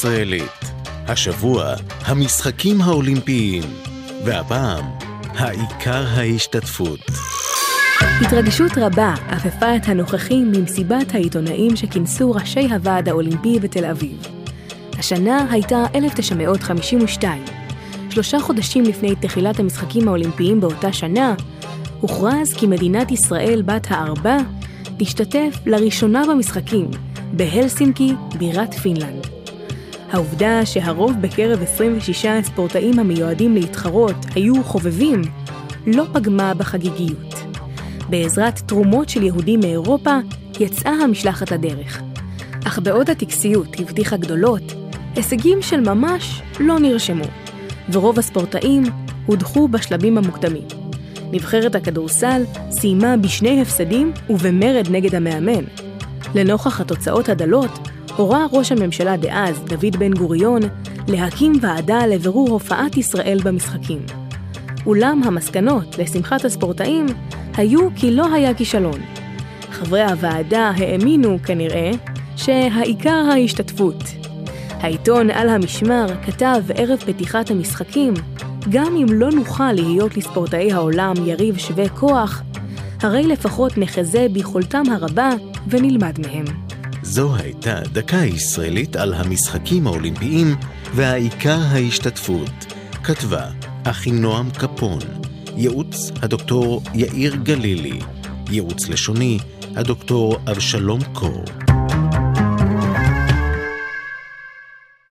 הישראלית. השבוע, המשחקים האולימפיים. והפעם, העיקר ההשתתפות. התרגשות רבה אפפה את הנוכחים במסיבת העיתונאים שכינסו ראשי הוועד האולימפי בתל אביב. השנה הייתה 1952. 3 חודשים לפני תחילת המשחקים האולימפיים באותה שנה, הוכרז כי מדינת ישראל בת הארבע תשתתף לראשונה במשחקים בהלסינקי, בירת פינלנד. העובדה שהרוב בקרב 26 הספורטאים המיועדים להתחרות היו חובבים, לא פגמה בחגיגיות. בעזרת תרומות של יהודים מאירופה יצאה המשלחת לדרך. אך בעוד הטקסיות הבטיחה גדולות, הישגים של ממש לא נרשמו, ורוב הספורטאים הודחו בשלבים המוקדמים. נבחרת הכדורסל סיימה בשני הפסדים ובמרד נגד המאמן. לנוכח התוצאות הדלות, הורה ראש הממשלה דאז, דוד בן גוריון, להקים ועדה לבירור הופעת ישראל במשחקים. אולם המסקנות לשמחת הספורטאים היו כי לא היה כישלון. חברי הוועדה האמינו כנראה שהעיקר ההשתתפות. העיתון על המשמר כתב ערב פתיחת המשחקים, גם אם לא נוכל להיות לספורטאי העולם יריב שווה כוח, הרי לפחות נחזה ביכולתם הרבה ונלמד מהם. זו הייתה דקה ישראלית על המשחקים האולימפיים והעיקר ההשתתפות. כתבה אחינועם קפון, ייעוץ הדוקטור יאיר גלילי, ייעוץ לשוני הדוקטור אבשלום קור.